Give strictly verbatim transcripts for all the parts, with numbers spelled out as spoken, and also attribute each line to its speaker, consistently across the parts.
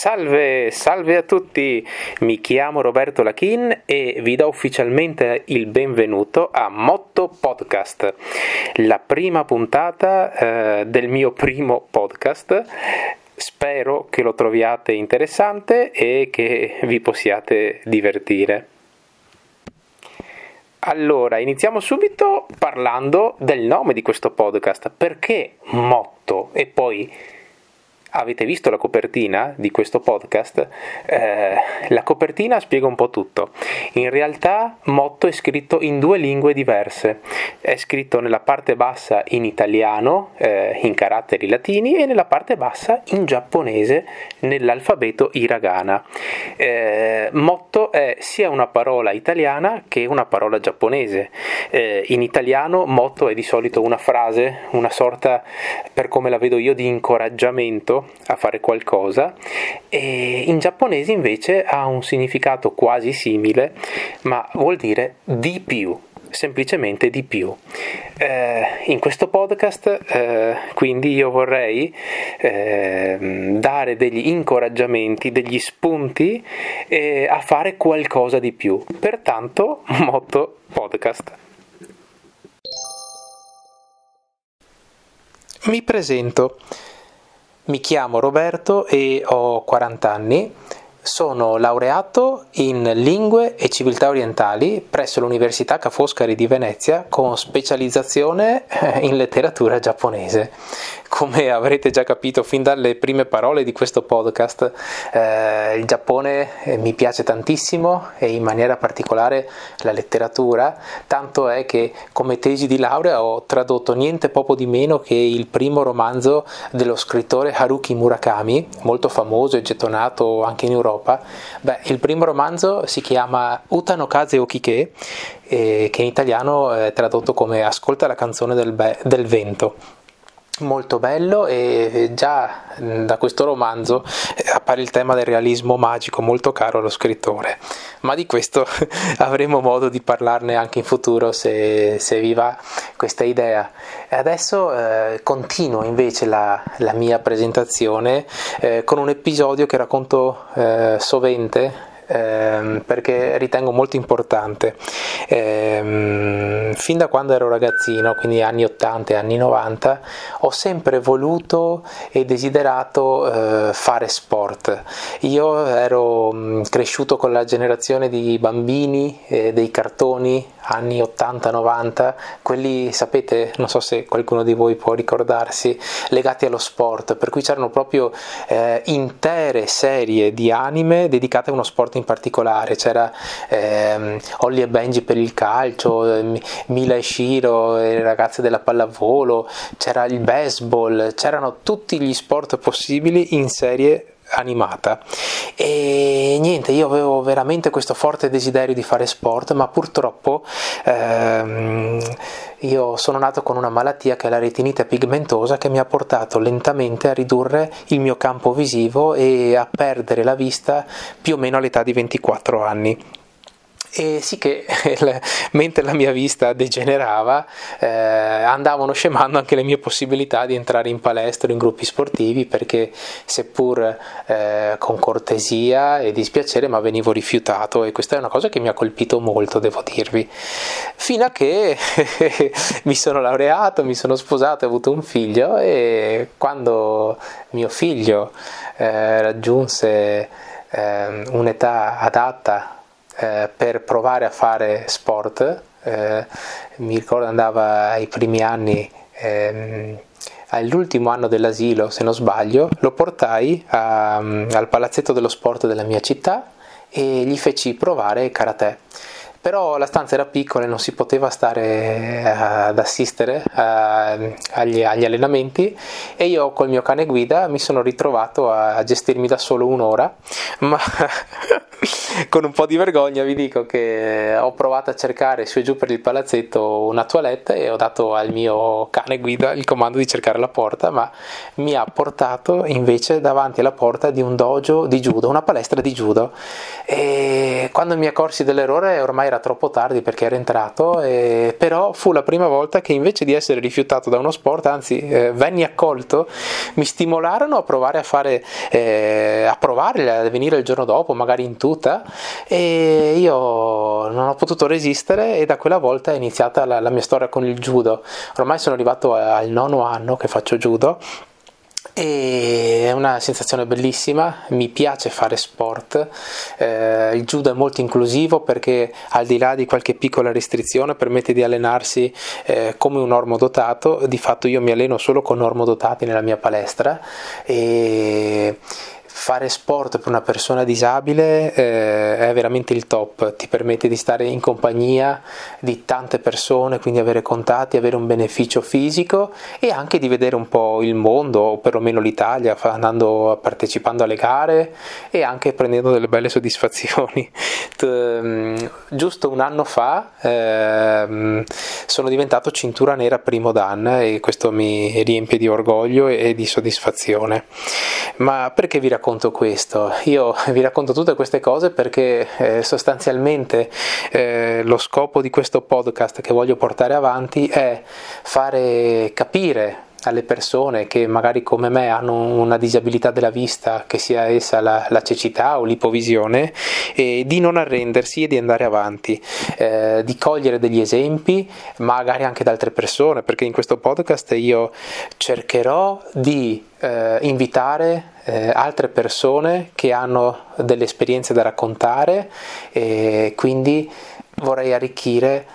Speaker 1: Salve, salve a tutti, mi chiamo Roberto Lachin e vi do ufficialmente il benvenuto a Motto Podcast, la prima puntata eh, del mio primo podcast. Spero che lo troviate interessante e che vi possiate divertire. Allora, iniziamo subito parlando del nome di questo podcast. Perché Motto? E poi, avete visto la copertina di questo podcast? Eh, la copertina spiega un po' tutto. In realtà Motto è scritto in due lingue diverse. È scritto nella parte bassa in italiano, eh, in caratteri latini, e nella parte bassa in giapponese, nell'alfabeto hiragana. Eh, motto è sia una parola italiana che una parola giapponese. Eh, in italiano motto è di solito una frase, una sorta, per come la vedo io, di incoraggiamento a fare qualcosa, e in giapponese invece ha un significato quasi simile, ma vuol dire di più, semplicemente di più. Eh, in questo podcast eh, quindi io vorrei eh, dare degli incoraggiamenti, degli spunti eh, a fare qualcosa di più. Pertanto Motto Podcast. Mi presento. Mi chiamo Roberto e ho quaranta anni, sono laureato in Lingue e Civiltà Orientali presso l'Università Ca' Foscari di Venezia con specializzazione in letteratura giapponese. Come avrete già capito fin dalle prime parole di questo podcast, eh, il Giappone eh, mi piace tantissimo e in maniera particolare la letteratura, tanto è che come tesi di laurea ho tradotto niente poco di meno che il primo romanzo dello scrittore Haruki Murakami, molto famoso e gettonato anche in Europa. Beh, il primo romanzo si chiama Uta no Kaze o Kike, eh, che in italiano è tradotto come Ascolta la canzone del, be- del vento. Molto bello, e già da questo romanzo appare il tema del realismo magico, molto caro allo scrittore, ma di questo avremo modo di parlarne anche in futuro se, se vi va questa idea. E adesso eh, continuo invece la, la mia presentazione eh, con un episodio che racconto eh, sovente, Eh, perché ritengo molto importante. Eh, fin da quando ero ragazzino, quindi anni ottanta e anni novanta, ho sempre voluto e desiderato eh, fare sport. Io ero mh, cresciuto con la generazione di bambini eh, dei cartoni anni ottanta novanta, quelli, sapete, non so se qualcuno di voi può ricordarsi, legati allo sport, per cui c'erano proprio eh, intere serie di anime dedicate a uno sport in particolare. C'era ehm, Holly e Benji per il calcio, eh, Mila e Shiro, le ragazze della pallavolo, c'era il baseball, c'erano tutti gli sport possibili in serie animata. E niente, io avevo veramente questo forte desiderio di fare sport, ma purtroppo ehm, io sono nato con una malattia che è la retinite pigmentosa, che mi ha portato lentamente a ridurre il mio campo visivo e a perdere la vista più o meno all'età di ventiquattro anni. E sì che mentre la mia vista degenerava eh, andavano scemando anche le mie possibilità di entrare in palestra o in gruppi sportivi, perché seppur eh, con cortesia e dispiacere, ma venivo rifiutato, e questa è una cosa che mi ha colpito molto, devo dirvi, fino a che mi sono laureato, mi sono sposato e ho avuto un figlio. E quando mio figlio eh, raggiunse eh, un'età adatta Eh, per provare a fare sport, eh, mi ricordo andava ai primi anni, ehm, all'ultimo anno dell'asilo se non sbaglio, lo portai a, al palazzetto dello sport della mia città e gli feci provare karate. Però la stanza era piccola e non si poteva stare ad assistere a, agli, agli allenamenti, e io col mio cane guida mi sono ritrovato a gestirmi da solo un'ora, ma con un po' di vergogna vi dico che ho provato a cercare su e giù per il palazzetto una toilette e ho dato al mio cane guida il comando di cercare la porta, ma mi ha portato invece davanti alla porta di un dojo di judo, una palestra di judo, e quando mi accorsi dell'errore ormai era troppo tardi perché ero entrato, e però fu la prima volta che invece di essere rifiutato da uno sport, anzi eh, venni accolto, mi stimolarono a provare a fare eh, a provare a venire il giorno dopo, magari in tuta, e io non ho potuto resistere e da quella volta è iniziata la, la mia storia con il judo. Ormai sono arrivato al nono anno che faccio judo e è una sensazione bellissima, mi piace fare sport, eh, il judo è molto inclusivo perché al di là di qualche piccola restrizione permette di allenarsi eh, come un normodotato. Di fatto io mi alleno solo con normodotati nella mia palestra e fare sport per una persona disabile eh, è veramente il top, ti permette di stare in compagnia di tante persone, quindi avere contatti, avere un beneficio fisico e anche di vedere un po' il mondo, o perlomeno l'Italia, andando, partecipando alle gare e anche prendendo delle belle soddisfazioni. Giusto un anno fa eh, sono diventato cintura nera primo dan e questo mi riempie di orgoglio e di soddisfazione. Ma perché vi racconto questo? Io vi racconto tutte queste cose perché eh, sostanzialmente eh, lo scopo di questo podcast che voglio portare avanti è fare capire alle persone che magari come me hanno una disabilità della vista, che sia essa la, la cecità o l'ipovisione, e di non arrendersi e di andare avanti, eh, di cogliere degli esempi magari anche da altre persone, perché in questo podcast io cercherò di eh, invitare eh, altre persone che hanno delle esperienze da raccontare e quindi vorrei arricchire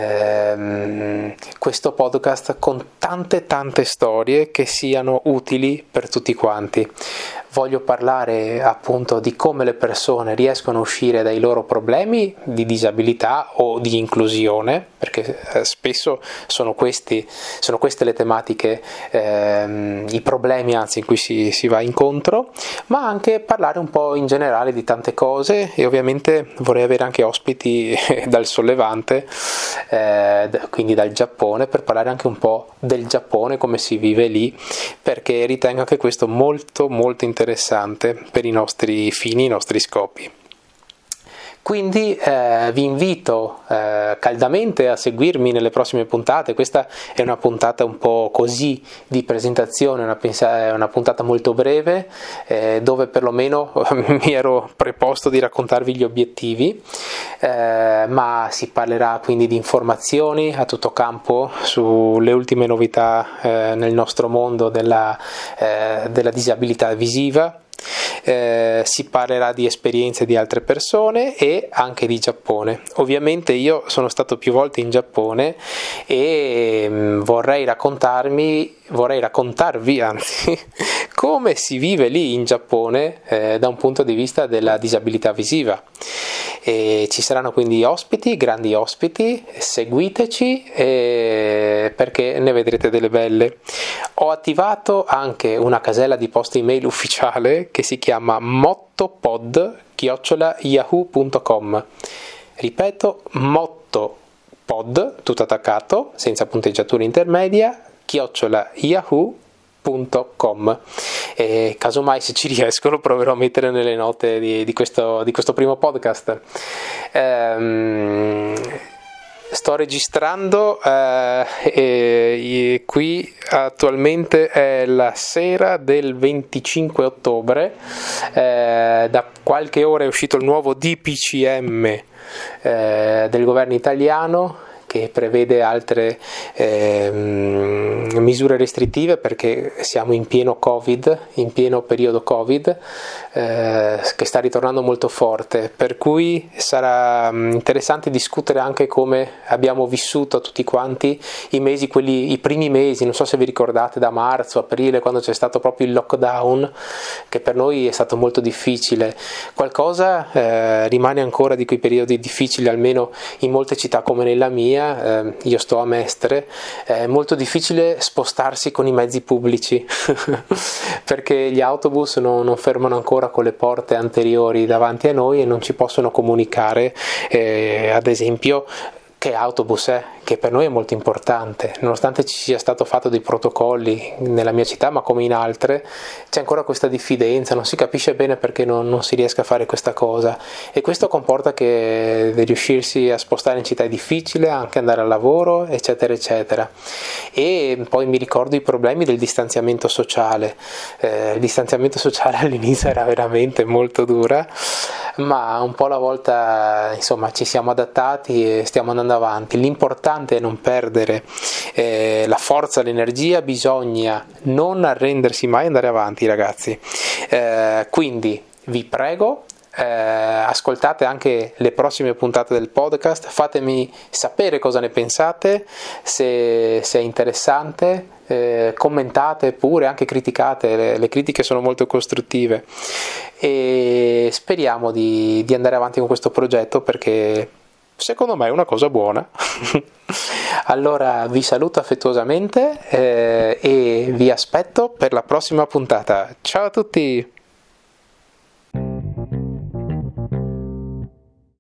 Speaker 1: Ehm, questo podcast con tante tante storie che siano utili per tutti quanti. Voglio parlare appunto di come le persone riescono a uscire dai loro problemi di disabilità o di inclusione, perché eh, spesso sono, questi, sono queste le tematiche, ehm, i problemi anzi in cui si, si va incontro, ma anche parlare un po' in generale di tante cose e ovviamente vorrei avere anche ospiti dal sollevante, eh, quindi dal Giappone, per parlare anche un po' del Giappone, come si vive lì, perché ritengo che questo molto molto interessante interessante per i nostri fini, i nostri scopi. Quindi eh, vi invito eh, caldamente a seguirmi nelle prossime puntate. Questa è una puntata un po' così di presentazione, una, è una puntata molto breve eh, dove perlomeno mi ero preposto di raccontarvi gli obiettivi, eh, ma si parlerà quindi di informazioni a tutto campo sulle ultime novità eh, nel nostro mondo della, eh, della disabilità visiva. Eh, si parlerà di esperienze di altre persone e anche di Giappone. Ovviamente io sono stato più volte in Giappone e mh, vorrei raccontarmi vorrei raccontarvi anzi come si vive lì in Giappone eh, da un punto di vista della disabilità visiva. E ci saranno quindi ospiti, grandi ospiti, seguiteci eh, perché ne vedrete delle belle. Ho attivato anche una casella di posta email ufficiale che si chiama mottopod chiocciola yahoo punto com. Ripeto, mottopod, tutto attaccato, senza punteggiatura intermedia, chiocciola yahoo punto com. E casomai se ci riesco lo proverò a mettere nelle note di, di, questo, di questo primo podcast. Ehm, sto registrando eh, e, e qui attualmente è la sera del venticinque ottobre, eh, da qualche ora è uscito il nuovo D P C M eh, del governo italiano, che prevede altre eh, misure restrittive perché siamo in pieno Covid, in pieno periodo Covid, eh, che sta ritornando molto forte, per cui sarà interessante discutere anche come abbiamo vissuto tutti quanti i mesi, quelli, i primi mesi, non so se vi ricordate, da marzo, aprile, quando c'è stato proprio il lockdown, che per noi è stato molto difficile. Qualcosa eh, rimane ancora di quei periodi difficili, almeno in molte città come nella mia, Romagna, eh, io sto a Mestre, è molto difficile spostarsi con i mezzi pubblici perché gli autobus non, non fermano ancora con le porte anteriori davanti a noi e non ci possono comunicare, eh, ad esempio, che autobus è, che per noi è molto importante, nonostante ci sia stato fatto dei protocolli nella mia città, ma come in altre, c'è ancora questa diffidenza, non si capisce bene perché non, non si riesca a fare questa cosa, e questo comporta che riuscirsi a spostare in città è difficile, anche andare al lavoro, eccetera, eccetera. E poi mi ricordo i problemi del distanziamento sociale, eh, il distanziamento sociale all'inizio era veramente molto dura, ma un po' alla volta, insomma, ci siamo adattati e stiamo andando avanti. L'importante è non perdere eh, la forza, l'energia, bisogna non arrendersi mai e andare avanti, ragazzi. Eh, quindi vi prego, eh, ascoltate anche le prossime puntate del podcast, fatemi sapere cosa ne pensate, se, se è interessante. Eh, commentate pure, anche criticate, le, le critiche sono molto costruttive, e speriamo di, di andare avanti con questo progetto perché secondo me è una cosa buona. Allora vi saluto affettuosamente eh, e vi aspetto per la prossima puntata. Ciao a tutti!